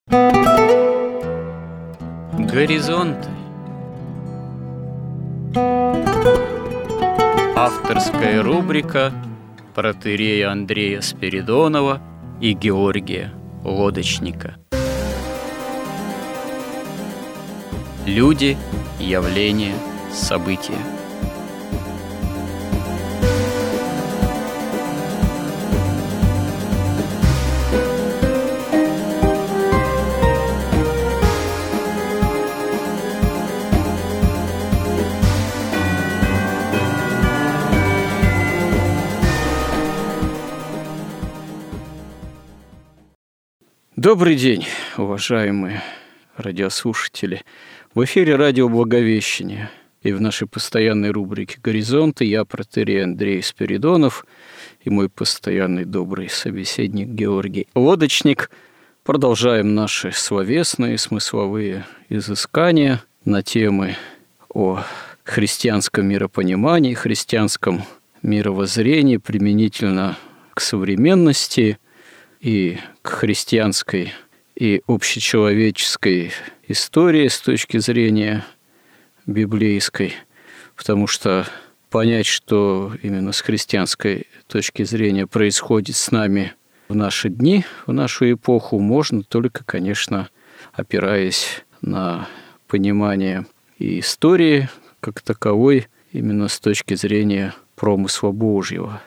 Горизонты. Авторская рубрика протоиерея Андрея Спиридонова и Георгия Лодочника. Люди, явления, события. Добрый день, уважаемые радиослушатели. В эфире радио «Благовещение». И в нашей постоянной рубрике «Горизонты» я, протоиерей Андрей Спиридонов, и мой постоянный добрый собеседник Георгий Лодочник продолжаем наши словесные, смысловые изыскания на темы о христианском миропонимании, христианском мировоззрении применительно к современности и к христианской и общечеловеческой истории с точки зрения библейской, потому что понять, что именно с христианской точки зрения происходит с нами в наши дни, в нашу эпоху, можно только, конечно, опираясь на понимание и истории как таковой, именно с точки зрения промысла Божьего.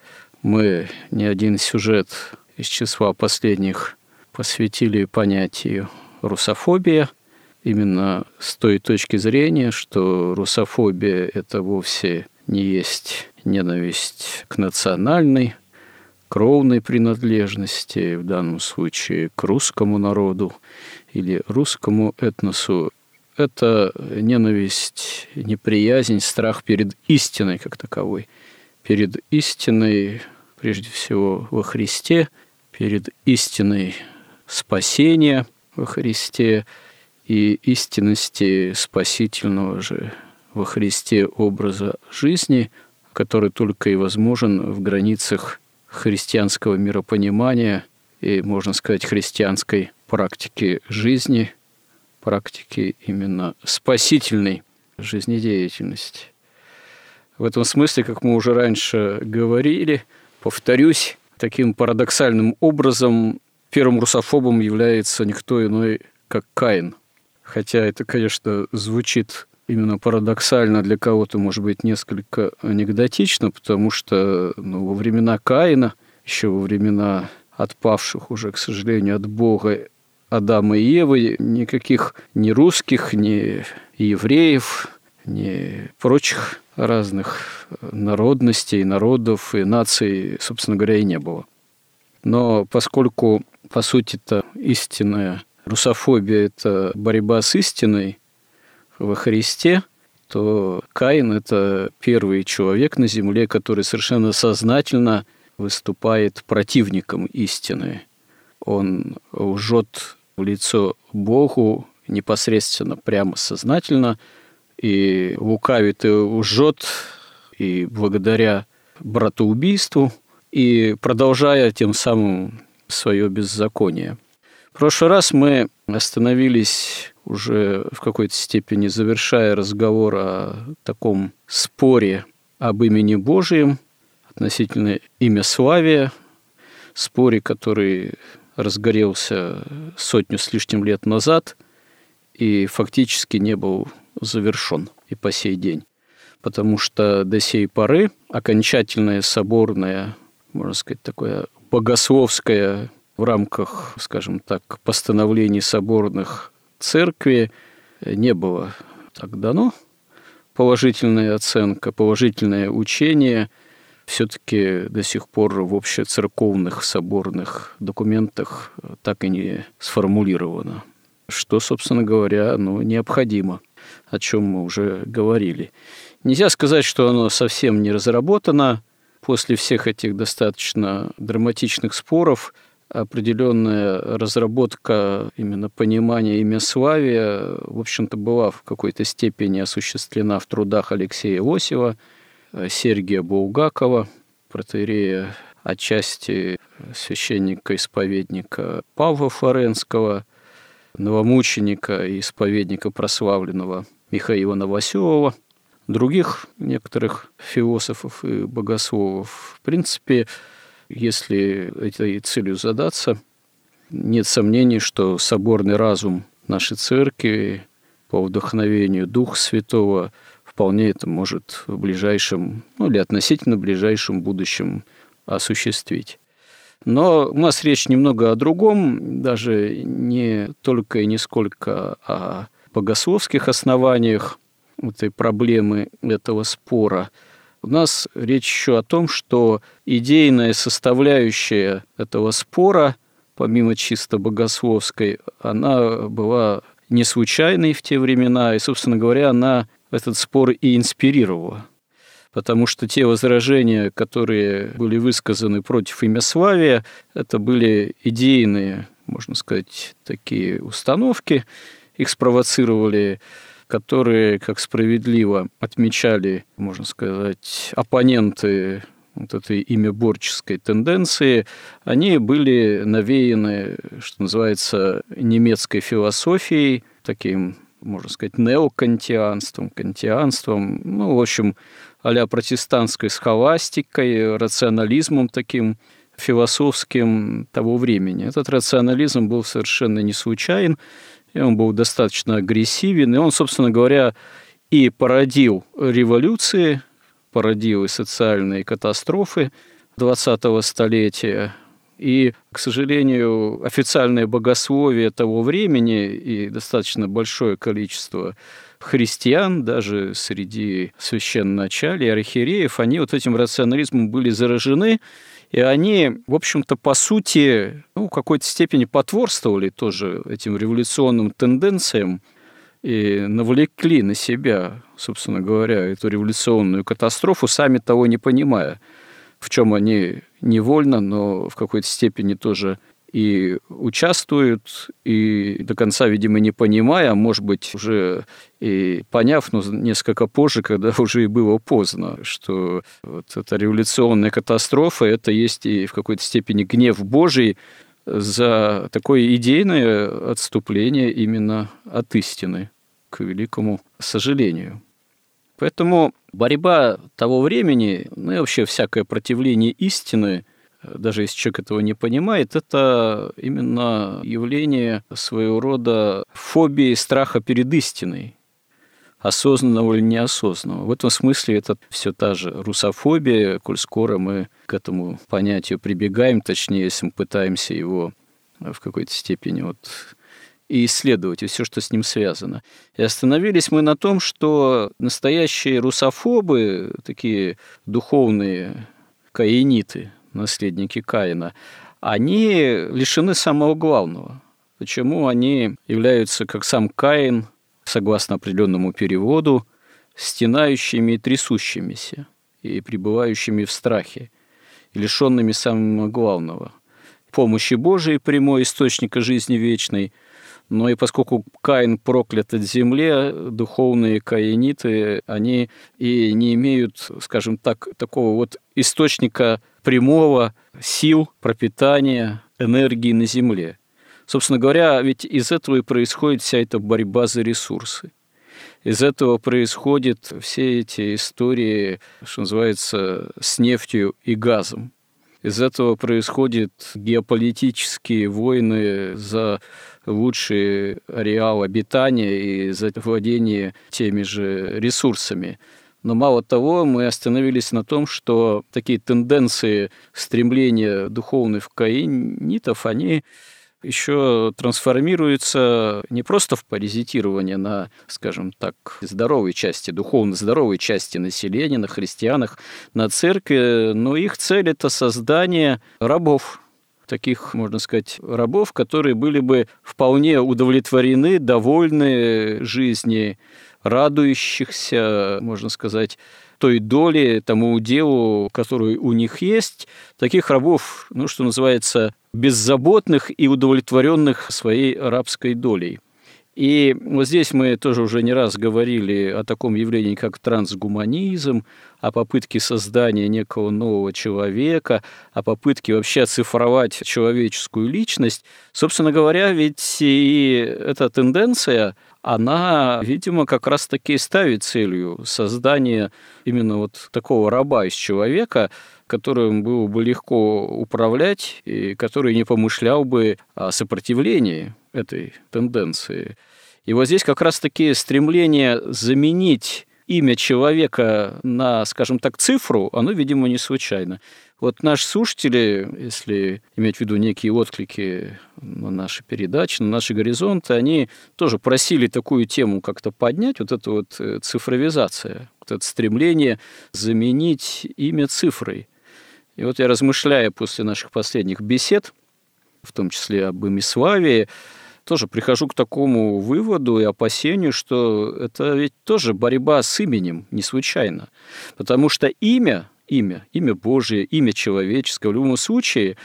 Мы не один сюжет из числа последних посвятили понятию русофобия, именно с той точки зрения, что русофобия – это вовсе не есть ненависть к национальной, кровной принадлежности, в данном случае к русскому народу или русскому этносу. Это ненависть, неприязнь, страх перед истиной как таковой, перед истиной, прежде всего, во Христе, перед истиной спасения во Христе и истинности спасительного же во Христе образа жизни, который только и возможен в границах христианского миропонимания и, можно сказать, христианской практики жизни, практики именно спасительной жизнедеятельности. В этом смысле, как мы уже раньше говорили, повторюсь, таким парадоксальным образом первым русофобом является никто иной, как Каин. Хотя это, конечно, звучит именно парадоксально, для кого-то, может быть, несколько анекдотично, потому что во времена Каина, еще во времена отпавших уже, к сожалению, от Бога Адама и Евы, никаких ни русских, ни евреев, ни прочих разных народностей, народов и наций, собственно говоря, и не было. Но поскольку, по сути-то, истинная русофобия – это борьба с истиной во Христе, то Каин – это первый человек на земле, который совершенно сознательно выступает противником истины. Он лжет в лицо Богу непосредственно, прямо сознательно, и лукавит и лжет, и благодаря братоубийству, и продолжая тем самым свое беззаконие. В прошлый раз мы остановились уже в какой-то степени, завершая разговор о таком споре об имени Божьем относительно имяславия, споре, который разгорелся 100 с лишним лет назад и фактически не был завершен и по сей день. Потому что до сей поры окончательное соборное, можно сказать, такое богословское в рамках, скажем так, постановлений соборных церкви не было так дано. Положительная оценка, положительное учение все-таки до сих пор в общецерковных соборных документах так и не сформулировано. Что, собственно говоря, необходимо, о чем мы уже говорили. Нельзя сказать, что оно совсем не разработано. После всех этих достаточно драматичных споров определенная разработка именно понимания имяславия, в общем-то, была в какой-то степени осуществлена в трудах Алексея Лосева, Сергия Булгакова, протоиерея, отчасти священника-исповедника Павла Флоренского, новомученика и исповедника прославленного Михаила Новоселова, других некоторых философов и богословов. В принципе, если этой целью задаться, нет сомнений, что соборный разум нашей церкви по вдохновению Духа Святого вполне это может в ближайшем, или относительно ближайшем будущем осуществить. Но у нас речь немного о другом, даже не только и не сколько о богословских основаниях этой проблемы, этого спора. У нас речь еще о том, что идейная составляющая этого спора, помимо чисто богословской, она была не случайной в те времена, и, собственно говоря, она этот спор и инспирировала. Потому что те возражения, которые были высказаны против имяславия, это были идейные, можно сказать, такие установки, их спровоцировали, которые, как справедливо отмечали, можно сказать, оппоненты вот этой имяборческой тенденции, они были навеяны, что называется, немецкой философией, таким, можно сказать, неокантианством, кантианством, в общем, а-ля протестантской схоластикой, рационализмом таким философским того времени. Этот рационализм был совершенно не случайен, и он был достаточно агрессивен, и он, собственно говоря, и породил революции, породил и социальные катастрофы 20-го столетия. И, к сожалению, официальное богословие того времени и достаточно большое количество христиан, даже среди священноначалий, архиереев, они вот этим рационализмом были заражены, и они, в общем-то, по сути, в какой-то степени потворствовали тоже этим революционным тенденциям и навлекли на себя, собственно говоря, эту революционную катастрофу, сами того не понимая, в чем они невольно, но в какой-то степени тоже и участвуют, и до конца, видимо, не понимая, а может быть, уже и поняв, но несколько позже, когда уже и было поздно, что вот эта революционная катастрофа – это есть и в какой-то степени гнев Божий за такое идейное отступление именно от истины, к великому сожалению. Поэтому борьба того времени, и вообще всякое противление истины, даже если человек этого не понимает, это именно явление своего рода фобии, страха перед истиной, осознанного или неосознанного. В этом смысле это все та же русофобия, коль скоро мы к этому понятию прибегаем, точнее, если мы пытаемся его в какой-то степени и исследовать, и все, что с ним связано. И остановились мы на том, что настоящие русофобы, такие духовные каиниты, наследники Каина, они лишены самого главного. Почему они являются, как сам Каин, согласно определенному переводу, стенающими и трясущимися, и пребывающими в страхе, и лишенными самого главного – помощи Божией, прямой источника жизни вечной. Но и поскольку Каин проклят от земли, духовные каиниты, они и не имеют, скажем так, такого источника прямого сил, пропитания, энергии на земле. Собственно говоря, ведь из этого и происходит вся эта борьба за ресурсы. Из этого происходят все эти истории, что называется, с нефтью и газом. Из этого происходят геополитические войны за лучший ареал обитания и за владение теми же ресурсами. Но мало того, мы остановились на том, что такие тенденции стремления духовных каинитов, они еще трансформируются не просто в паразитирование на, скажем так, здоровой части, духовно здоровой части населения, на христианах, на церкви, но их цель – это создание рабов. Таких, можно сказать, рабов, которые были бы вполне удовлетворены, довольны жизнью, радующихся, можно сказать, той доле, тому уделу, который у них есть. Таких рабов, что называется, беззаботных и удовлетворенных своей рабской долей. И вот здесь мы тоже уже не раз говорили о таком явлении, как трансгуманизм, о попытке создания некого нового человека, о попытке вообще оцифровать человеческую личность. Собственно говоря, ведь и эта тенденция, она, видимо, как раз-таки ставит целью создание именно вот такого раба из человека, которым было бы легко управлять и который не помышлял бы о сопротивлении этой тенденции. И вот здесь как раз-таки стремление заменить имя человека на, скажем так, цифру, оно, видимо, не случайно. Вот наши слушатели, если иметь в виду некие отклики на наши передачи, на наши горизонты, они тоже просили такую тему как-то поднять, вот эту вот цифровизация, вот это стремление заменить имя цифрой. И вот я, размышляя после наших последних бесед, в том числе об имяславии, тоже прихожу к такому выводу и опасению, что это ведь тоже борьба с именем, не случайно. Потому что имя Божие, имя человеческое, в любом случае,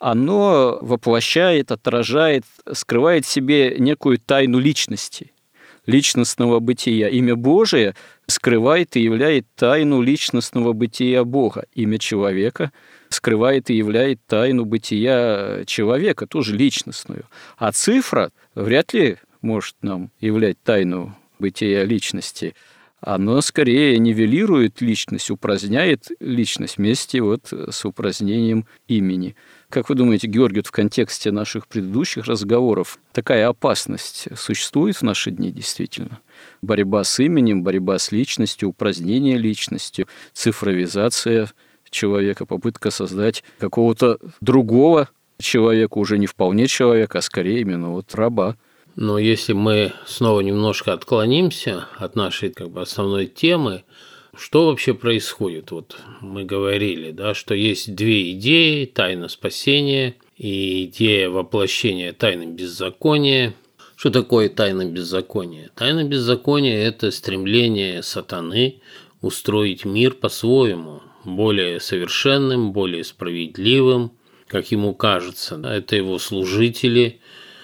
оно воплощает, отражает, скрывает в себе некую тайну личности, личностного бытия. Имя Божие скрывает и являет тайну личностного бытия Бога. Имя человека скрывает и являет тайну бытия человека, тоже личностную. А цифра вряд ли может нам являть тайну бытия личности. Оно скорее нивелирует личность, упраздняет личность вместе вот с упразднением имени. Как вы думаете, Георгий, в контексте наших предыдущих разговоров такая опасность существует в наши дни действительно? Борьба с именем, борьба с личностью, упразднение личностью, цифровизация человека, попытка создать какого-то другого человека, уже не вполне человека, а скорее именно вот раба. Но если мы снова немножко отклонимся от нашей основной темы, что вообще происходит? Вот мы говорили, да, что есть две идеи: тайна спасения и идея воплощения тайны беззакония. Что такое тайна беззакония? Тайна беззакония – это стремление сатаны устроить мир по-своему, более совершенным, более справедливым, как ему кажется. Это его служители,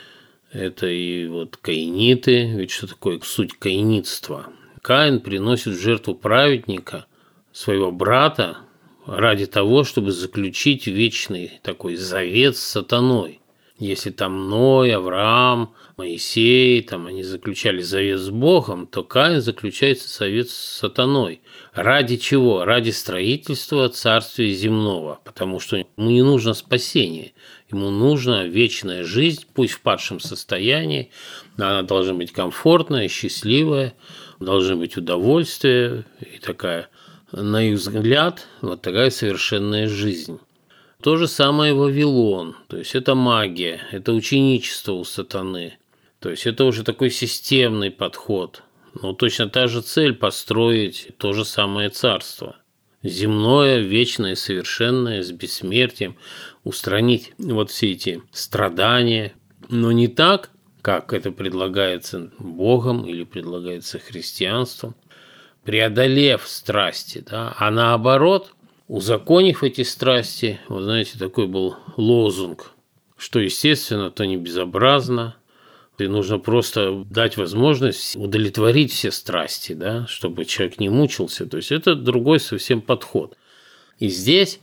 это и вот каиниты. Ведь что такое суть каинитства? Каин приносит в жертву праведника, своего брата, ради того, чтобы заключить вечный такой завет с сатаной. Если там Ной, Авраам, Моисей, там они заключали завет с Богом, то Каин заключает завет с сатаной. Ради чего? Ради строительства царствия земного, потому что ему не нужно спасение, ему нужна вечная жизнь, пусть в падшем состоянии, но она должна быть комфортная, счастливая, должны быть удовольствия и такая, на их взгляд, вот такая совершенная жизнь. То же самое Вавилон, то есть это магия, это ученичество у сатаны, то есть это уже такой системный подход. Но точно та же цель – построить то же самое царство. Земное, вечное, совершенное, с бессмертием, устранить вот все эти страдания, но не так, как это предлагается Богом или предлагается христианством, преодолев страсти, да, а наоборот, узаконив эти страсти. Вот знаете, такой был лозунг, что естественно, то не безобразно, и нужно просто дать возможность удовлетворить все страсти, да, чтобы человек не мучился. То есть это другой совсем подход. И здесь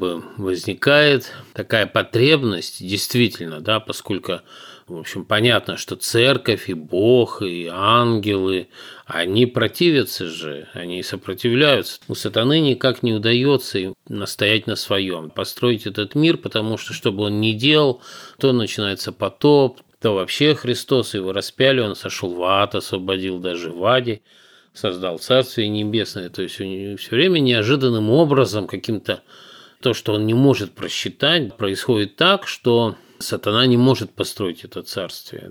возникает такая потребность, действительно, да, поскольку, в общем, понятно, что церковь и Бог, и ангелы, они противятся же, они сопротивляются. У сатаны никак не удается им настоять на своем, построить этот мир, потому что, что бы он ни делал, то начинается потоп, то вообще Христос его распяли, он сошел в ад, освободил даже в аде, создал Царствие Небесное. То есть у него все время неожиданным образом каким-то то, что он не может просчитать, происходит так, что сатана не может построить это царствие.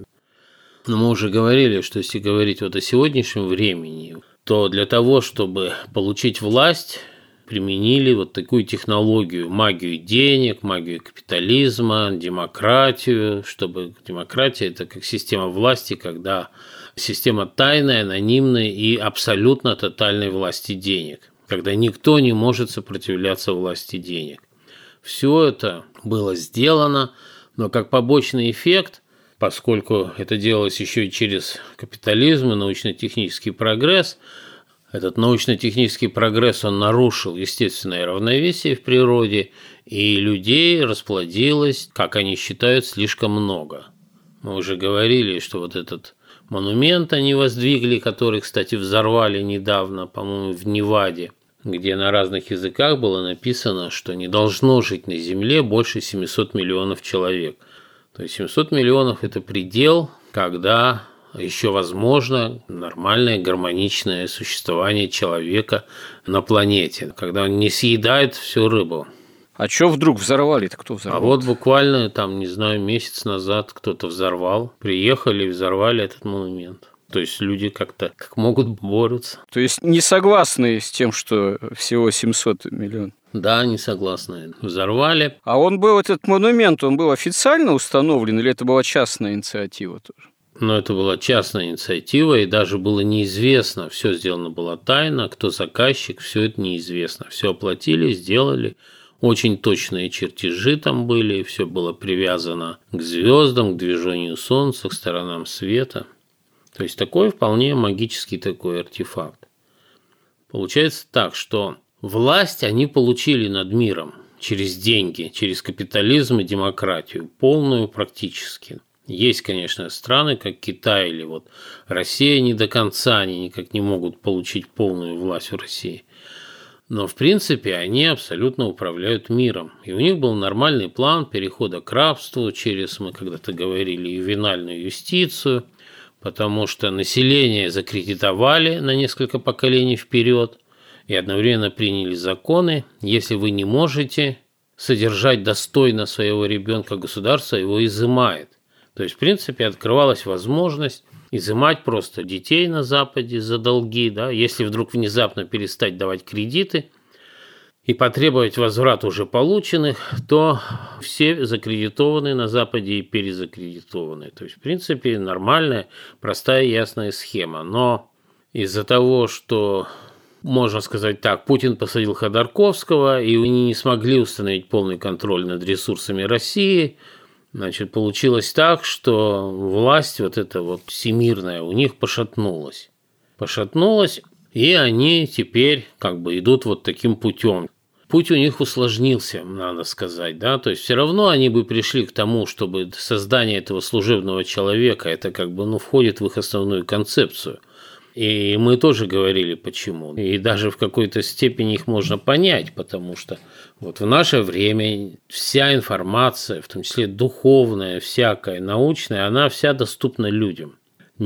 Но мы уже говорили, что если говорить вот о сегодняшнем времени, то для того, чтобы получить власть, применили вот такую технологию: магию денег, магию капитализма, демократию. Чтобы демократия – это как система власти, когда система тайной, анонимной и абсолютно тотальной власти денег, когда никто не может сопротивляться власти денег. Все это было сделано, но как побочный эффект поскольку это делалось еще и через капитализм и научно-технический прогресс, этот научно-технический прогресс, он нарушил естественное равновесие в природе, и людей расплодилось, как они считают, слишком много. Мы уже говорили, что вот этот монумент они воздвигли, который, кстати, взорвали недавно, по-моему, в Неваде, где на разных языках было написано, что не должно жить на Земле больше 700 миллионов человек. То есть 700 миллионов – это предел, когда еще возможно нормальное гармоничное существование человека на планете, когда он не съедает всю рыбу. А что вдруг взорвали-то? Кто взорвал? А вот буквально, не знаю, месяц назад кто-то взорвал. Приехали и взорвали этот монумент. То есть люди как-то как могут борются. То есть не согласны с тем, что всего 700 миллионов? Да, не согласны. Взорвали. А этот монумент, он был официально установлен или это была частная инициатива тоже? Но это была частная инициатива, и даже было неизвестно, все сделано было тайно, кто заказчик, все это неизвестно. Все оплатили, сделали. Очень точные чертежи там были, все было привязано к звездам, к движению Солнца, к сторонам света. То есть такой вполне магический такой артефакт. Получается так, что власть они получили над миром через деньги, через капитализм и демократию, полную практически. Есть, конечно, страны, как Китай или вот Россия, не до конца они никак не могут получить полную власть в России. Но, в принципе, они абсолютно управляют миром. И у них был нормальный план перехода к рабству через, мы когда-то говорили, ювенальную юстицию, потому что население закредитовали на несколько поколений вперед и одновременно приняли законы. Если вы не можете содержать достойно своего ребенка, государство его изымает. То есть, в принципе, открывалась возможность изымать просто детей на Западе за долги, да, если вдруг внезапно перестать давать кредиты и потребовать возврат уже полученных, то все закредитованы на Западе и перезакредитованы. То есть, в принципе, нормальная, простая, ясная схема. Но из-за того, что, можно сказать так, Путин посадил Ходорковского, и они не смогли установить полный контроль над ресурсами России, значит, получилось так, что власть вот эта вот всемирная у них пошатнулась. Пошатнулась, и они теперь идут вот таким путем. Путь у них усложнился, надо сказать, да, то есть все равно они бы пришли к тому, чтобы создание этого служебного человека, это входит в их основную концепцию. И мы тоже говорили, почему. И даже в какой-то степени их можно понять, потому что вот в наше время вся информация, в том числе духовная, всякая, научная, она вся доступна людям.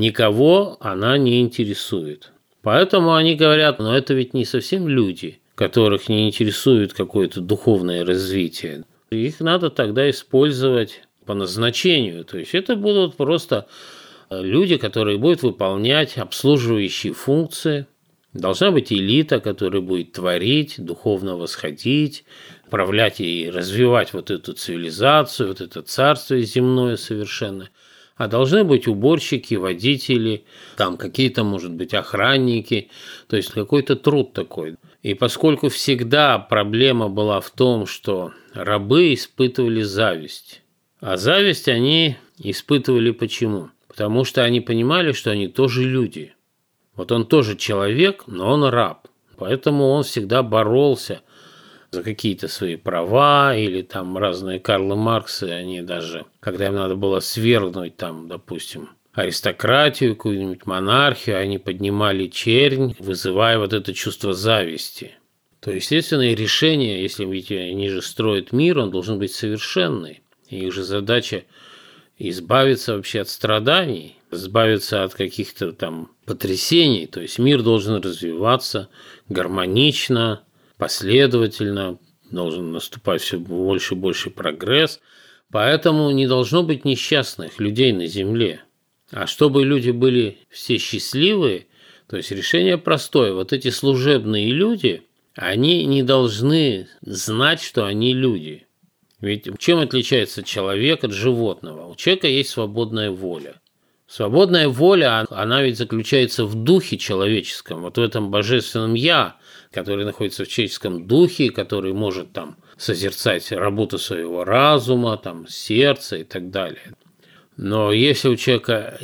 Никого она не интересует. Поэтому они говорят, но это ведь не совсем люди, которых не интересует какое-то духовное развитие. Их надо тогда использовать по назначению. То есть это будут просто люди, которые будут выполнять обслуживающие функции. Должна быть элита, которая будет творить, духовно восходить, управлять и развивать вот эту цивилизацию, вот это царство земное совершенно. А должны быть уборщики, водители, какие-то, может быть, охранники, то есть какой-то труд такой. И поскольку всегда проблема была в том, что рабы испытывали зависть, а зависть они испытывали почему? Потому что они понимали, что они тоже люди. Вот он тоже человек, но он раб. Поэтому он всегда боролся за какие-то свои права, или разные Карл Марксы, они даже, когда им надо было свергнуть, допустим, аристократию, какую-нибудь монархию, они поднимали чернь, вызывая вот это чувство зависти. То, естественное решение, если ведь они же строят мир, он должен быть совершенный. И их же задача избавиться вообще от страданий, избавиться от каких-то потрясений. То есть мир должен развиваться гармонично, последовательно, должен наступать все больше и больше прогресс. Поэтому не должно быть несчастных людей на земле. А чтобы люди были все счастливые, то есть решение простое. Вот эти служебные люди, они не должны знать, что они люди. Ведь чем отличается человек от животного? У человека есть свободная воля. Свободная воля, она ведь заключается в духе человеческом, вот в этом божественном «я», который находится в человеческом духе, который может созерцать работу своего разума, сердца и так далее. Но если у человека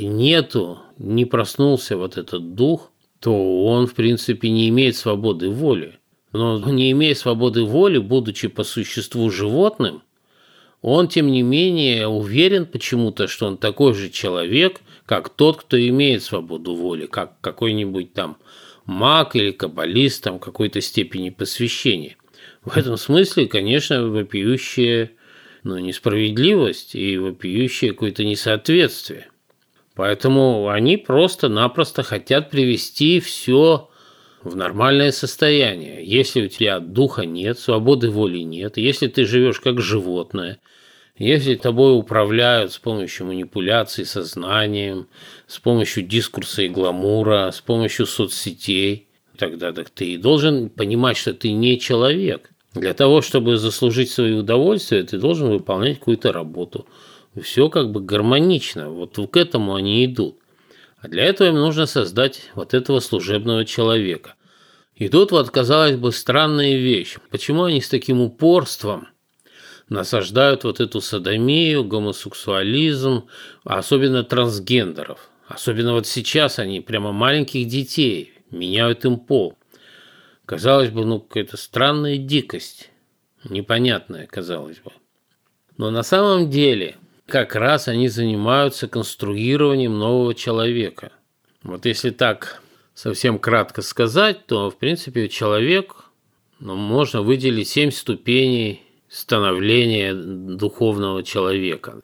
не проснулся вот этот дух, то он, в принципе, не имеет свободы воли. Но не имея свободы воли, будучи по существу животным, он, тем не менее, уверен почему-то, что он такой же человек, как тот, кто имеет свободу воли, как какой-нибудь там маг или каббалист там какой-то степени посвящения. В этом смысле, конечно, вопиющая несправедливость и вопиющее какое-то несоответствие. Поэтому они просто-напросто хотят привести все в нормальное состояние. Если у тебя духа нет, свободы воли нет, если ты живешь как животное, если тобой управляют с помощью манипуляций сознанием, с помощью дискурса и гламура, с помощью соцсетей, тогда так ты и должен понимать, что ты не человек. Для того, чтобы заслужить свое удовольствие, ты должен выполнять какую-то работу. Все как бы гармонично, вот к этому они идут. А для этого им нужно создать вот этого служебного человека. И тут вот, казалось бы, странная вещь. Почему они с таким упорством насаждают вот эту содомию, гомосексуализм, особенно трансгендеров? Особенно вот сейчас они прямо маленьких детей меняют им пол. Казалось бы, какая-то странная дикость, непонятная, казалось бы. Но на самом деле как раз они занимаются конструированием нового человека. Вот если так совсем кратко сказать, то, в принципе, человек, можно выделить 7 ступеней становления духовного человека.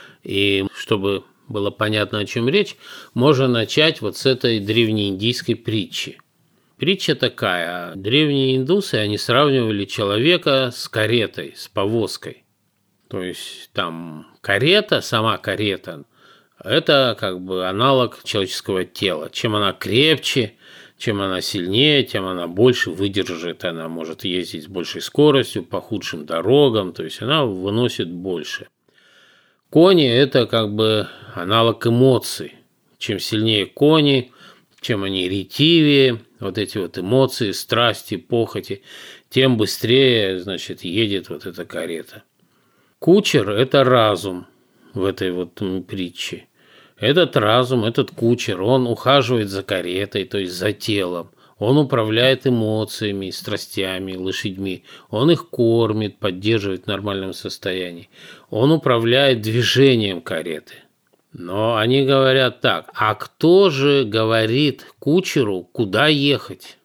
И чтобы было понятно, о чем речь, можно начать вот с этой древнеиндийской притчи. Притча такая. Древние индусы, они сравнивали человека с каретой, с повозкой. То есть там карета, сама карета, это как бы аналог человеческого тела. Чем она крепче, чем она сильнее, тем она больше выдержит. Она может ездить с большей скоростью, по худшим дорогам, то есть она выносит больше. Кони – это как бы аналог эмоций. Чем сильнее кони, чем они ретивее, вот эти вот эмоции, страсти, похоти, тем быстрее, едет вот эта карета. Кучер – это разум в этой вот притче. Этот разум, этот кучер, он ухаживает за каретой, то есть за телом. Он управляет эмоциями, страстями, лошадьми. Он их кормит, поддерживает в нормальном состоянии. Он управляет движением кареты. Но они говорят так: а кто же говорит кучеру, куда ехать?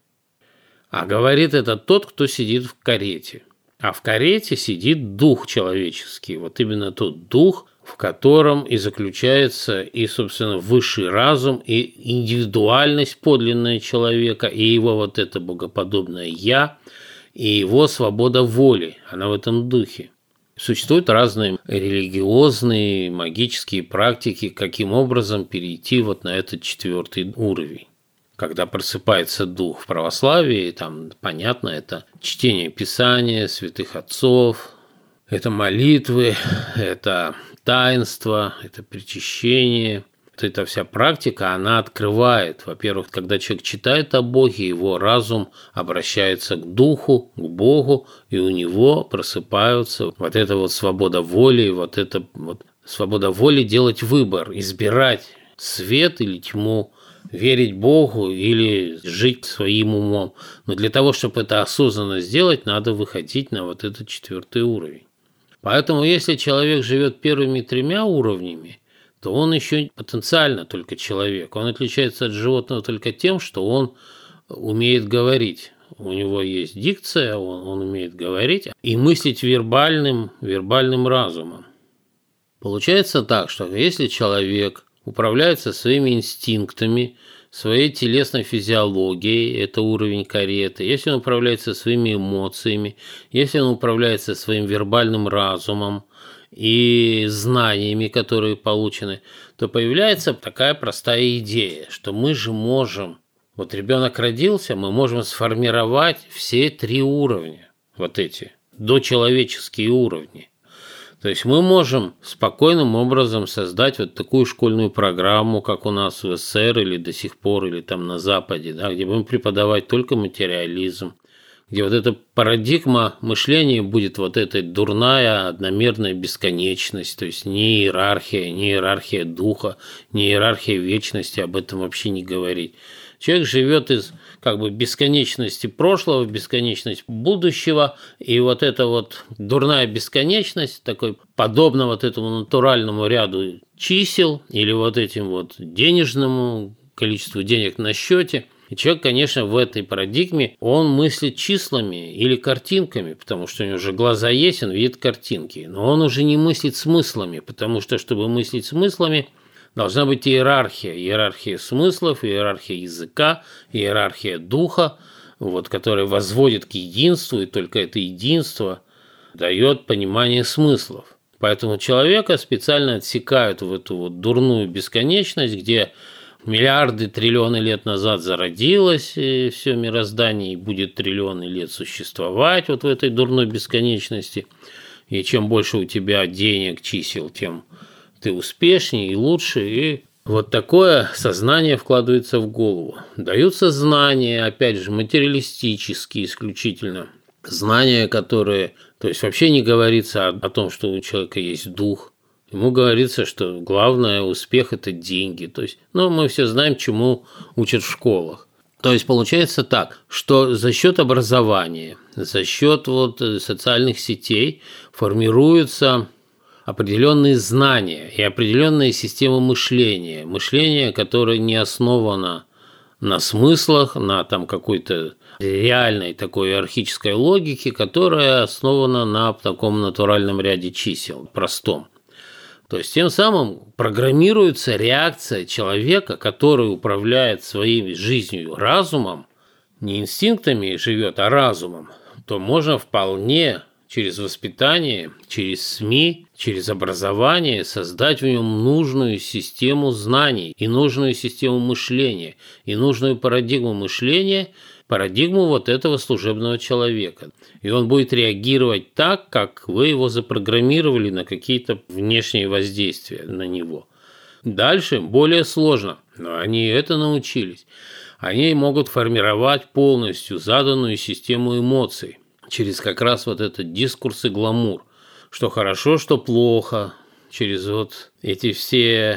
А говорит это тот, кто сидит в карете. А в карете сидит дух человеческий. Вот именно тот дух, в котором и заключается и, собственно, высший разум, и индивидуальность подлинная человека, и его вот это богоподобное «я», и его свобода воли. Она в этом духе. Существуют разные религиозные, магические практики, каким образом перейти вот на этот 4-й уровень. Когда просыпается дух в православии, там, понятно, это чтение Писания, святых отцов, это молитвы, это таинство, это причащение. Вот эта вся практика, она открывает, во-первых, когда человек читает о Боге, его разум обращается к Духу, к Богу, и у него просыпаются вот эта вот свобода воли, вот эта вот свобода воли делать выбор, избирать свет или тьму, верить Богу или жить своим умом. Но для того, чтобы это осознанно сделать, надо выходить на вот этот 4-й уровень. Поэтому, если человек живет первыми 3 уровнями, то он еще потенциально только человек. Он отличается от животного только тем, что он умеет говорить. У него есть дикция, он умеет говорить и мыслить вербальным разумом. Получается так, что если человек управляется своими инстинктами, своей телесной физиологией, это уровень кареты, если он управляется своими эмоциями, если он управляется своим вербальным разумом и знаниями, которые получены, то появляется такая простая идея, что мы же можем, вот ребенок родился, мы можем сформировать все 3 уровня, вот эти, дочеловеческие уровни. То есть мы можем спокойным образом создать вот такую школьную программу, как у нас в СССР или до сих пор, или там на Западе, да, где будем преподавать только материализм, где вот эта парадигма мышления будет вот эта дурная одномерная бесконечность, то есть не иерархия духа, не иерархия вечности, об этом вообще не говорить. Человек живет из бесконечности прошлого в бесконечность будущего, и вот эта вот дурная бесконечность, такой подобно вот этому натуральному ряду чисел или вот этим вот денежному количеству денег на счете. И человек, конечно, в этой парадигме, он мыслит числами или картинками, потому что у него же глаза есть, он видит картинки, но он уже не мыслит смыслами, потому что, чтобы мыслить смыслами, должна быть иерархия смыслов, иерархия языка, иерархия духа, которая возводит к единству, и только это единство дает понимание смыслов. Поэтому человека специально отсекают в эту вот дурную бесконечность, где миллиарды, триллионы лет назад зародилось все мироздание и будет триллионы лет существовать вот в этой дурной бесконечности. И чем больше у тебя денег, чисел, тем ты успешнее и лучше, и вот такое сознание вкладывается в голову. Даются знания, опять же, материалистические исключительно. Знания, которые... То есть вообще не говорится о том, что у человека есть дух. Ему говорится, что главное успех – это деньги. То есть, мы все знаем, чему учат в школах. То есть получается так, что за счет образования, за счет социальных сетей формируются определенные знания и определенная система мышления. Мышление, которое не основано на смыслах, на какой-то реальной такой иерархической логике, которая основана на таком натуральном ряде чисел, простом. То есть тем самым программируется реакция человека, который управляет своей жизнью разумом, не инстинктами живет, а разумом, то можно вполне через воспитание, через СМИ, через образование создать в нем нужную систему знаний и нужную систему мышления, и нужную парадигму мышления, парадигму этого служебного человека. И он будет реагировать так, как вы его запрограммировали на какие-то внешние воздействия на него. Дальше более сложно, но они это научились. Они могут формировать полностью заданную систему эмоций через как раз этот дискурс и гламур, что хорошо, что плохо, через эти все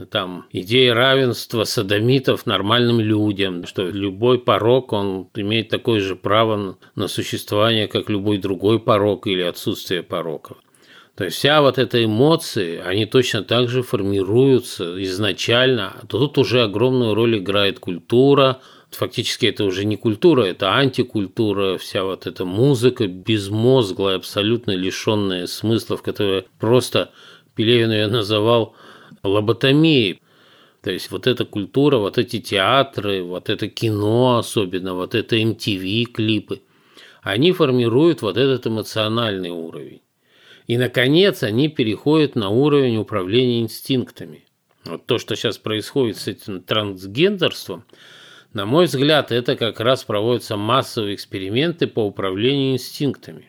идеи равенства содомитов нормальным людям, что любой порок, он имеет такое же право на существование, как любой другой порок или отсутствие пороков. То есть вся эта эмоции, они точно так же формируются изначально. Тут уже огромную роль играет культура. Фактически это уже не культура, это антикультура, вся эта музыка безмозглая, абсолютно лишенная смыслов, которая просто Пелевин ее называл лоботомией. То есть эта культура, эти театры, это кино особенно, это MTV-клипы, они формируют этот эмоциональный уровень. И, наконец, они переходят на уровень управления инстинктами. То, что сейчас происходит с этим трансгендерством, на мой взгляд, это как раз проводятся массовые эксперименты по управлению инстинктами.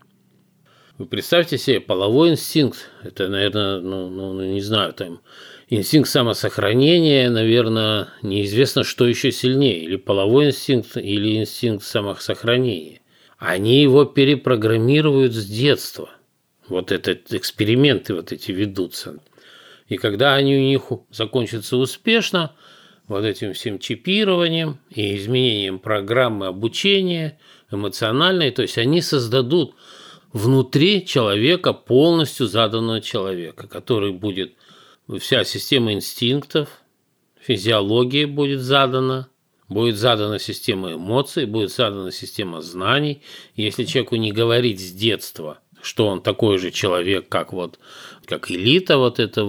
Вы представьте себе, половой инстинкт, это, наверное, не знаю, инстинкт самосохранения, наверное, неизвестно, что еще сильнее, или половой инстинкт, или инстинкт самосохранения. Они его перепрограммируют с детства. Эксперименты эти ведутся. И когда они у них закончатся успешно, этим всем чипированием и изменением программы обучения эмоциональной, то есть они создадут внутри человека полностью заданного человека, который будет вся система инстинктов, физиология будет задана система эмоций, будет задана система знаний. Если человеку не говорить с детства, что он такой же человек, как элита эта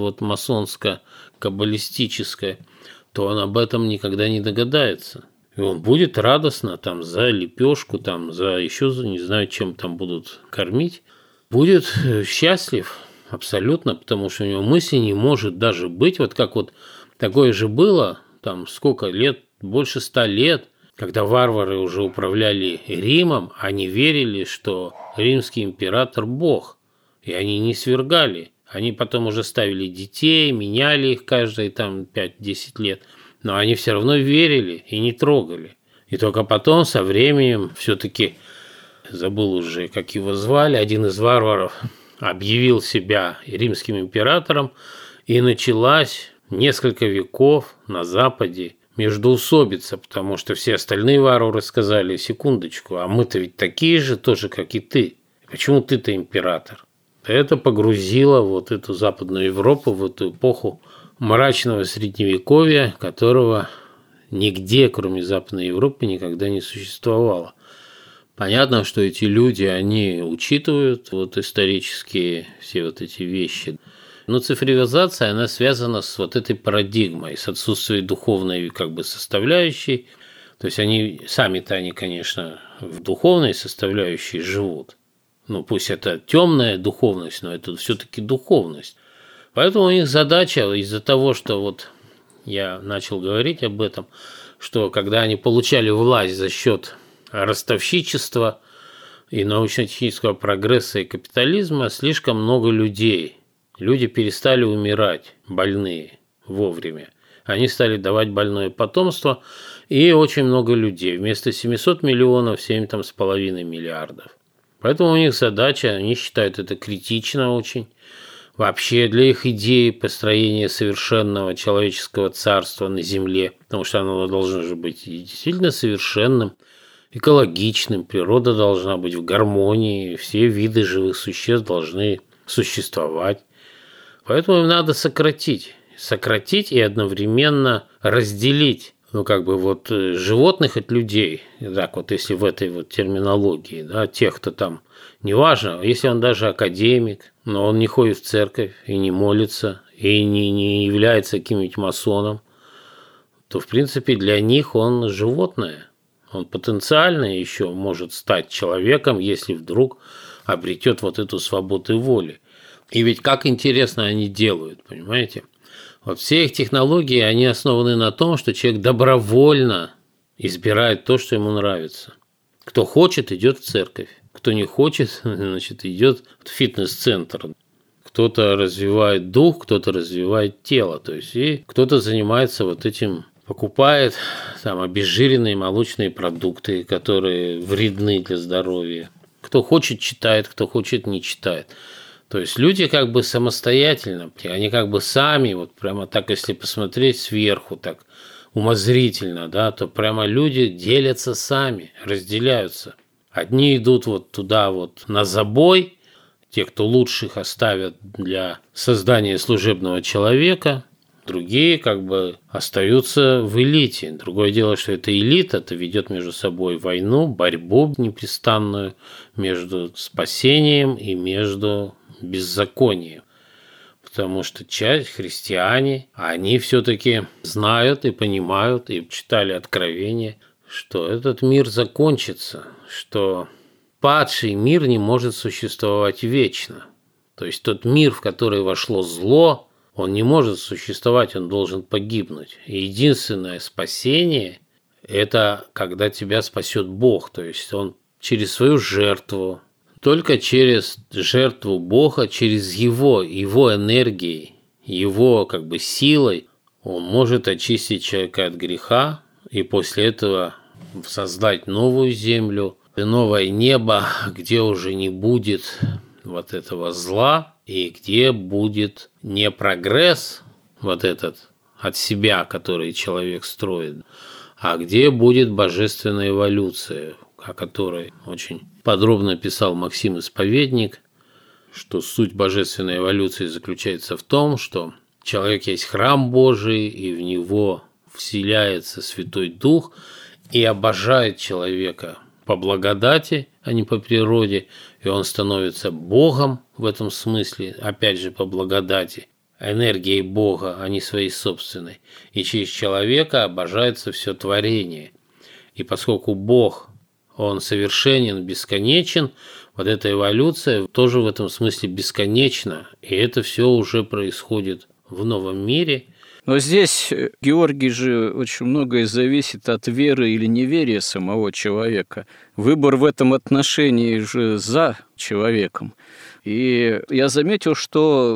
масонско-каббалистическая, то он об этом никогда не догадается. И он будет радостно за лепешку, за еще не знаю, чем будут кормить. Будет счастлив абсолютно, потому что у него мысли не может даже быть. Такое же было, сколько лет, больше 100 лет, когда варвары уже управляли Римом, они верили, что римский император – бог, и они не свергали. Они потом уже ставили детей, меняли их каждые 5-10 лет, но они все равно верили и не трогали. И только потом, со временем, все-таки забыл уже, как его звали, один из варваров объявил себя римским императором, и началась несколько веков на Западе междоусобица, потому что все остальные варвары сказали: секундочку, а мы-то ведь такие же тоже, как и ты. Почему ты-то император? Это погрузило вот эту Западную Европу в эту эпоху мрачного средневековья, которого нигде, кроме Западной Европы, никогда не существовало. Понятно, что эти люди, они учитывают вот исторические все вот эти вещи. Но цифровизация, она связана с вот этой парадигмой, с отсутствием духовной как бы составляющей. То есть они сами-то, они, конечно, в духовной составляющей живут. Ну, пусть это темная духовность, но это все-таки духовность. Поэтому у них задача из-за того, что вот я начал говорить об этом, что когда они получали власть за счет ростовщичества и научно-технического прогресса и капитализма, слишком много людей. Люди перестали умирать, больные, вовремя. Они стали давать больное потомство, и очень много людей. Вместо 700 миллионов, 7,5 миллиардов. Поэтому у них задача, они считают это критично очень. Вообще для их идеи построения совершенного человеческого царства на Земле, потому что оно должно же быть действительно совершенным, экологичным, природа должна быть в гармонии, все виды живых существ должны существовать. Поэтому им надо сократить и одновременно разделить, животных от людей, так вот, если в этой вот терминологии, да, тех, кто там, неважно, если он даже академик, но он не ходит в церковь и не молится, и не является каким-нибудь масоном, то, в принципе, для них он животное. Он потенциально еще может стать человеком, если вдруг обретет вот эту свободу воли. И ведь как интересно они делают, понимаете? Вот все их технологии, они основаны на том, что человек добровольно избирает то, что ему нравится. Кто хочет, идет в церковь. Кто не хочет, значит, идет в фитнес-центр. Кто-то развивает дух, кто-то развивает тело. То есть, и кто-то занимается вот этим, покупает там обезжиренные молочные продукты, которые вредны для здоровья. Кто хочет, читает, кто хочет, не читает. То есть люди как бы самостоятельно, они как бы сами, вот прямо так, если посмотреть сверху, так умозрительно, да, то прямо люди делятся сами, разделяются. Одни идут вот туда вот на забой, те, кто лучших оставят для создания служебного человека, другие как бы остаются в элите. Другое дело, что эта элита-то ведет между собой войну, борьбу непрестанную между спасением и между беззаконием. Потому что часть христиане, они все-таки знают и понимают, и читали Откровение, что этот мир закончится, что падший мир не может существовать вечно. То есть тот мир, в который вошло зло, он не может существовать, он должен погибнуть. И единственное спасение – это когда тебя спасет Бог, то есть он через свою жертву. Только через жертву Бога, через его энергией, его как бы силой он может очистить человека от греха и после этого создать новую землю, новое небо, где уже не будет вот этого зла и где будет не прогресс вот этот от себя, который человек строит, а где будет божественная эволюция, о которой очень подробно писал Максим Исповедник, что суть божественной эволюции заключается в том, что человек есть храм Божий, и в него вселяется Святой Дух и обожает человека по благодати, а не по природе, и он становится Богом в этом смысле, опять же по благодати, энергией Бога, а не своей собственной. И через человека обожается все творение. И поскольку Бог – он совершенен, бесконечен, вот эта эволюция тоже в этом смысле бесконечна, и это все уже происходит в новом мире. Но здесь, Георгий, же очень многое зависит от веры или неверия самого человека. Выбор в этом отношении же за человеком. И я заметил, что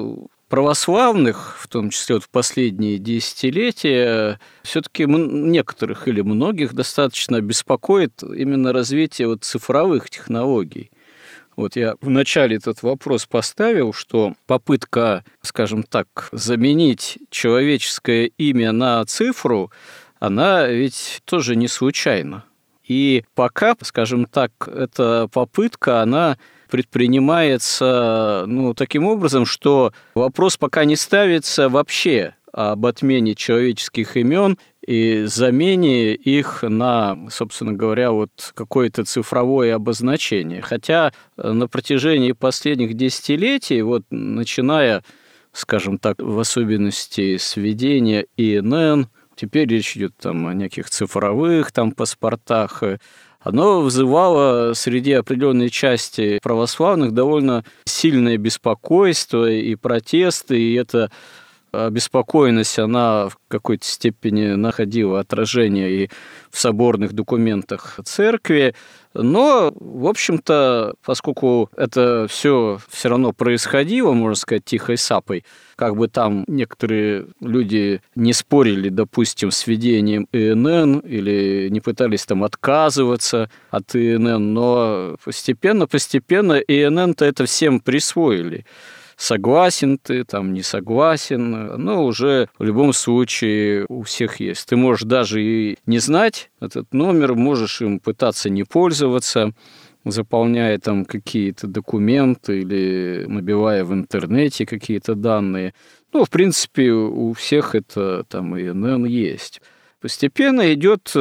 православных, в том числе в последние десятилетия, все-таки некоторых или многих достаточно беспокоит именно развитие цифровых технологий. Я вначале этот вопрос поставил, что попытка, скажем так, заменить человеческое имя на цифру, она ведь тоже не случайна. И пока, скажем так, эта попытка, она предпринимается таким образом, что вопрос пока не ставится вообще об отмене человеческих имен и замене их на, собственно говоря, какое-то цифровое обозначение. Хотя на протяжении последних десятилетий, начиная, скажем так, в особенности с введения ИНН, теперь речь идет о неких цифровых паспортах, оно вызывало среди определенной части православных довольно сильное беспокойство и протесты, и эта обеспокоенность, она в какой-то степени находила отражение и в соборных документах церкви. Но, в общем-то, поскольку это все равно происходило, можно сказать, тихой сапой, как бы там некоторые люди не спорили, допустим, с введением ИНН или не пытались отказываться от ИНН, но постепенно ИНН-то это всем присвоили. Согласен ты, не согласен, но уже в любом случае у всех есть. Ты можешь даже и не знать этот номер, можешь им пытаться не пользоваться, заполняя какие-то документы или набивая в интернете какие-то данные. В принципе, у всех это ИНН есть. Постепенно идет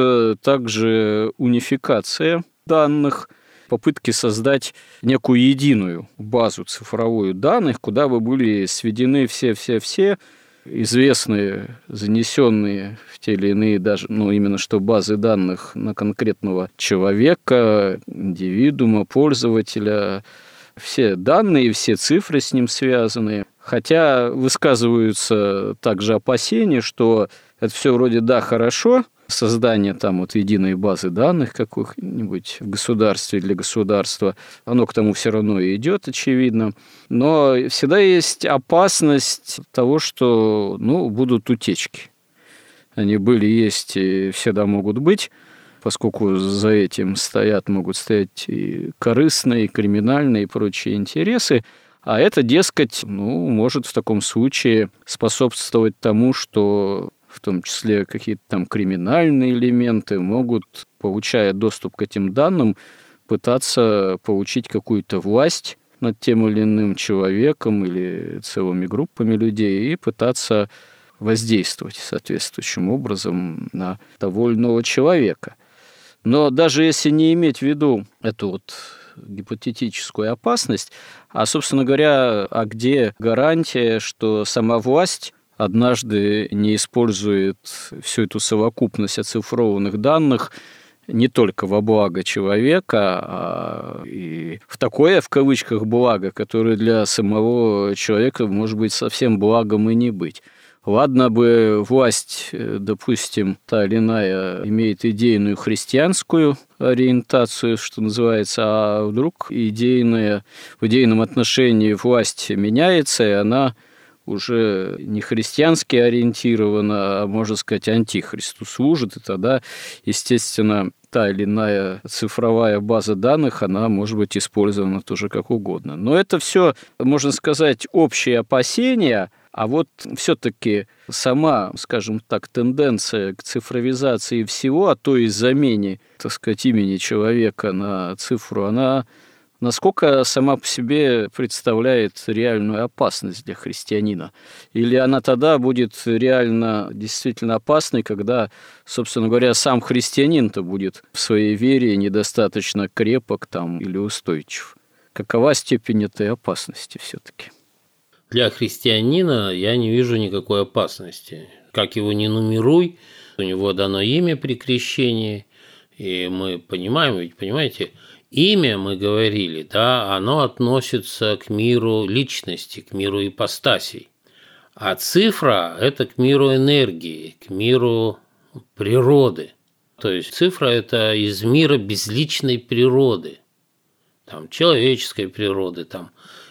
также унификация данных, попытки создать некую единую базу цифровую данных, куда бы были сведены все известные, занесенные в те или иные даже, именно что базы данных на конкретного человека, индивидуума, пользователя, все данные и все цифры с ним связанные. Хотя высказываются также опасения, что это все вроде хорошо, создание единой базы данных каких-нибудь в государстве или для государства, оно к тому все равно и идет, очевидно. Но всегда есть опасность того, что будут утечки. Они были, есть и всегда могут быть, поскольку за этим могут стоять и корыстные, и криминальные, и прочие интересы. А это, дескать, может в таком случае способствовать тому, что в том числе какие-то криминальные элементы могут, получая доступ к этим данным, пытаться получить какую-то власть над тем или иным человеком или целыми группами людей и пытаться воздействовать соответствующим образом на того или иного человека. Но даже если не иметь в виду эту гипотетическую опасность, а, собственно говоря, где гарантия, что сама власть однажды не использует всю эту совокупность оцифрованных данных не только во благо человека, а и в такое, в кавычках, благо, которое для самого человека может быть совсем благом и не быть. Ладно бы власть, допустим, та или иная, имеет идейную христианскую ориентацию, что называется, а вдруг в идейном отношении власть меняется, и она уже не христиански ориентирована, а, можно сказать, антихристу служит, и тогда, естественно, та или иная цифровая база данных, она может быть использована тоже как угодно. Но это все, можно сказать, общие опасения, а все-таки сама, скажем так, тенденция к цифровизации всего, а то и замене, так сказать, имени человека на цифру, она насколько сама по себе представляет реальную опасность для христианина? Или она тогда будет реально действительно опасной, когда, собственно говоря, сам христианин-то будет в своей вере недостаточно крепок или устойчив? Какова степень этой опасности все-таки? Для христианина я не вижу никакой опасности. Как его ни нумеруй, у него дано имя при крещении, и мы понимаем, ведь, понимаете, имя, мы говорили, оно относится к миру личности, к миру ипостасей. А цифра – это к миру энергии, к миру природы. То есть цифра – это из мира безличной природы, человеческой природы,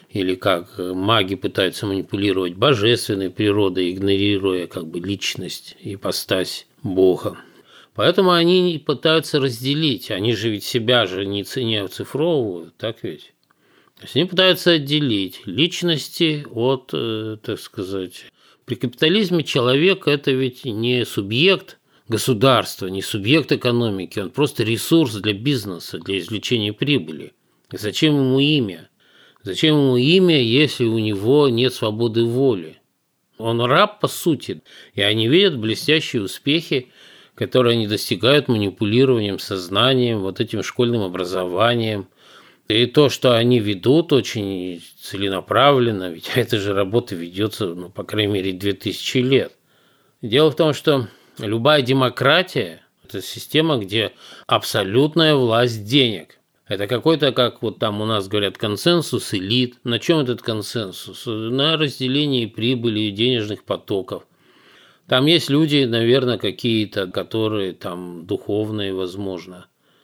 или как маги пытаются манипулировать божественной природой, игнорируя как бы личность, ипостась Бога. Поэтому они пытаются разделить. Они же ведь себя же не оцифровывают, так ведь? То есть они пытаются отделить личности от, так сказать... При капитализме человек – это ведь не субъект государства, не субъект экономики, он просто ресурс для бизнеса, для извлечения прибыли. И зачем ему имя? Зачем ему имя, если у него нет свободы воли? Он раб, по сути, и они видят блестящие успехи, которые они достигают манипулированием сознанием, вот этим школьным образованием. И то, что они ведут очень целенаправленно, ведь эта же работа ведется, по крайней мере, 2000 лет. Дело в том, что любая демократия – это система, где абсолютная власть денег. Это какой-то, как вот там у нас говорят, консенсус элит. На чем этот консенсус? На разделении прибыли и денежных потоков. Там есть люди, наверное, какие-то, которые там духовные, возможно.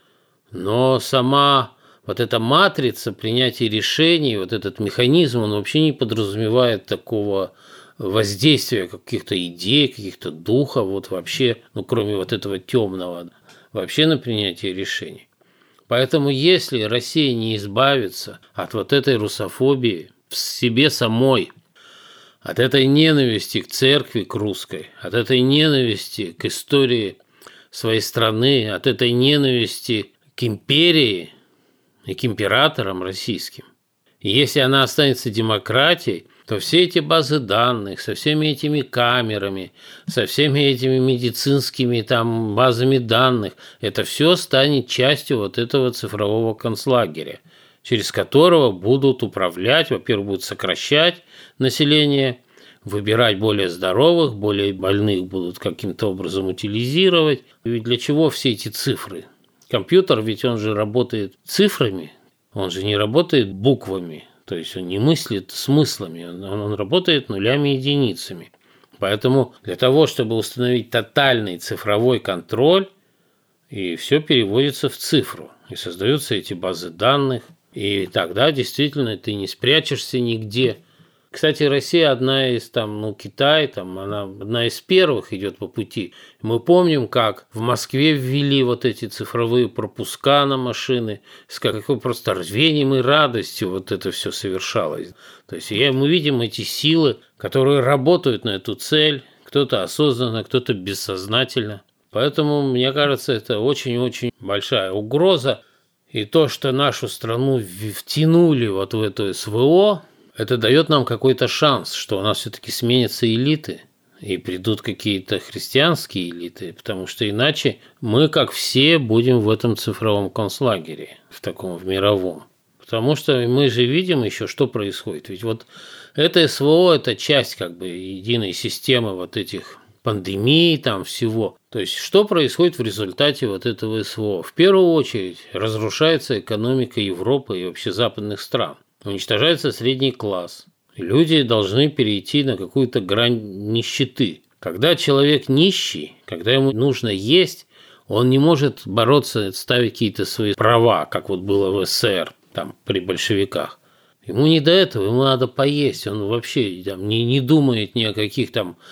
Но сама вот эта матрица принятия решений, вот этот механизм, он вообще не подразумевает такого воздействия каких-то идей, каких-то духов, вот вообще, кроме вот этого темного, вообще на принятие решений. Поэтому если Россия не избавится от вот этой русофобии в себе самой, от этой ненависти к церкви, к русской, от этой ненависти к истории своей страны, от этой ненависти к империи и к императорам российским, и если она останется демократией, то все эти базы данных, со всеми этими камерами, со всеми этими медицинскими там базами данных, это все станет частью вот этого цифрового концлагеря, через которого будут управлять, во-первых, будут сокращать население, выбирать более здоровых, более больных будут каким-то образом утилизировать. Ведь для чего все эти цифры? Компьютер, ведь он же работает цифрами, он же не работает буквами. То есть он не мыслит смыслами, он работает нулями и единицами. Поэтому для того, чтобы установить тотальный цифровой контроль, и все переводится в цифру, и создаются эти базы данных, и тогда действительно ты не спрячешься нигде. Кстати, Россия одна из, Китай, она одна из первых идет по пути. Мы помним, как в Москве ввели вот эти цифровые пропуска на машины, с каким просто рвением и радостью вот это все совершалось. То есть мы видим эти силы, которые работают на эту цель, кто-то осознанно, кто-то бессознательно. Поэтому, мне кажется, это очень-очень большая угроза. И то, что нашу страну втянули вот в эту СВО, это дает нам какой-то шанс, что у нас все-таки сменятся элиты и придут какие-то христианские элиты, потому что иначе мы, как все, будем в этом цифровом концлагере, в мировом. Потому что мы же видим еще, что происходит. Ведь вот это СВО – это часть единой системы вот этих пандемий, всего. То есть, что происходит в результате вот этого СВО? В первую очередь разрушается экономика Европы и вообще западных стран. Уничтожается средний класс. Люди должны перейти на какую-то грань нищеты. Когда человек нищий, когда ему нужно есть, он не может бороться, ставить какие-то свои права, как вот было в СССР, при большевиках. Ему не до этого, ему надо поесть. Он вообще не думает ни о каких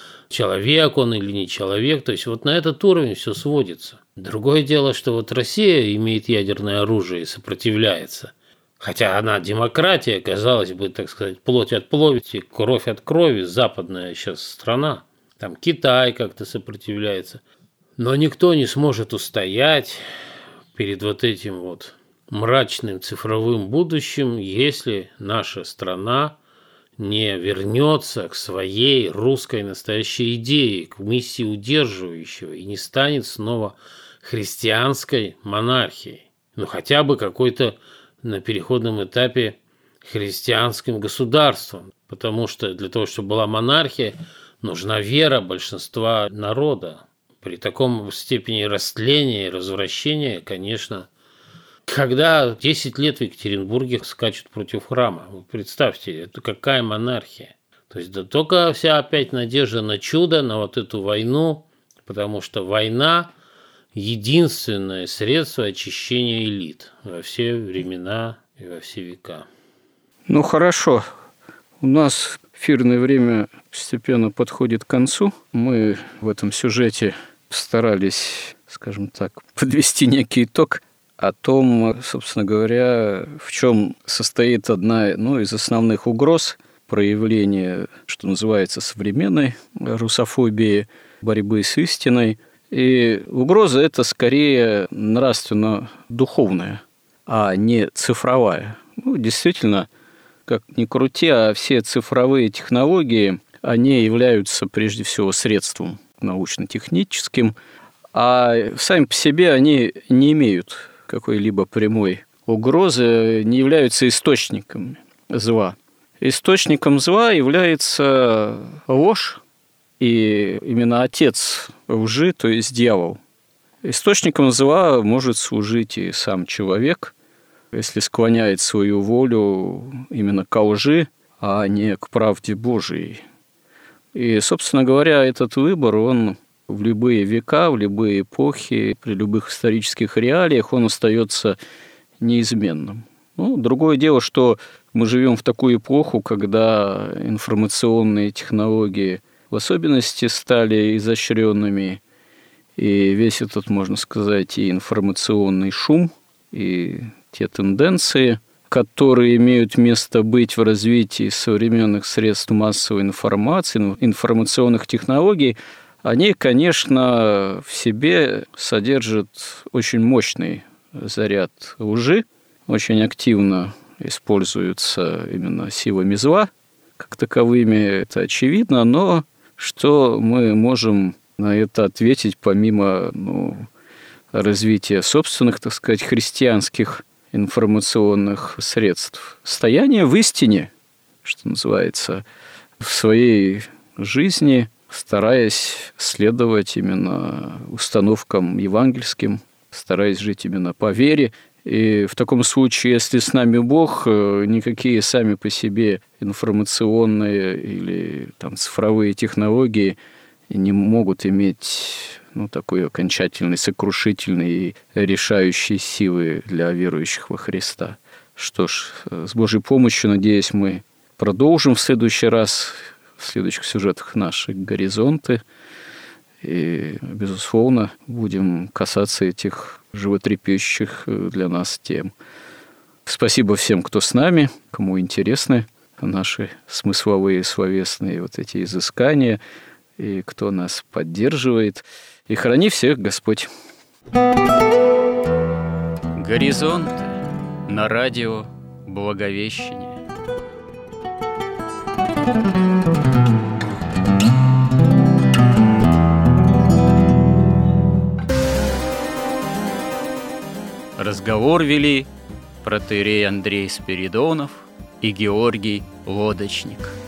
человек он или не человек. То есть вот на этот уровень все сводится. Другое дело, что вот Россия имеет ядерное оружие и сопротивляется. Хотя она демократия, казалось бы, так сказать, плоть от плоти, кровь от крови, западная сейчас страна. Китай как-то сопротивляется. Но никто не сможет устоять перед вот этим мрачным цифровым будущим, если наша страна не вернется к своей русской настоящей идее, к миссии удерживающего и не станет снова христианской монархией. Хотя бы какой-то на переходном этапе христианским государством, потому что для того, чтобы была монархия, нужна вера большинства народа. При таком степени растления и развращения, конечно, когда 10 лет в Екатеринбурге скачут против храма, вы представьте, это какая монархия. То есть только вся опять надежда на чудо, на вот эту войну, потому что война – единственное средство очищения элит во все времена и во все века. Ну, хорошо. У нас эфирное время постепенно подходит к концу. Мы в этом сюжете старались, скажем так, подвести некий итог о том, собственно говоря, в чем состоит одна из основных угроз проявления, что называется, современной русофобии, борьбы с истиной. И угроза эта скорее нравственно-духовная, а не цифровая. Действительно, как ни крути, а все цифровые технологии, они являются прежде всего средством научно-техническим, а сами по себе они не имеют какой-либо прямой угрозы, не являются источником зла. Источником зла является ложь, и именно отец лжи, то есть дьявол. Источником зла может служить и сам человек, если склоняет свою волю именно к лжи, а не к правде Божией. И, собственно говоря, этот выбор, он в любые века, в любые эпохи, при любых исторических реалиях, он остается неизменным. Другое дело, что мы живем в такую эпоху, когда информационные технологии в особенности стали изощренными, и весь этот, можно сказать, и информационный шум, и те тенденции, которые имеют место быть в развитии современных средств массовой информации, информационных технологий, они, конечно, в себе содержат очень мощный заряд лжи, очень активно используются именно силами зла, как таковыми, это очевидно, но что мы можем на это ответить помимо развития собственных, так сказать, христианских информационных средств? Стояние в истине, что называется, в своей жизни, стараясь следовать именно установкам евангельским, стараясь жить именно по вере. И в таком случае, если с нами Бог, никакие сами по себе информационные или цифровые технологии не могут иметь такой окончательной, сокрушительной и решающей силы для верующих во Христа. Что ж, с Божьей помощью, надеюсь, мы продолжим в следующий раз, в следующих сюжетах наши горизонты. И, безусловно, будем касаться этих животрепещущих для нас тем. Спасибо всем, кто с нами, кому интересны наши смысловые, словесные эти изыскания, и кто нас поддерживает. И храни всех Господь. Горизонты на радио Благовещение. Разговор вели протоиерей Андрей Спиридонов и Георгий Лодочник.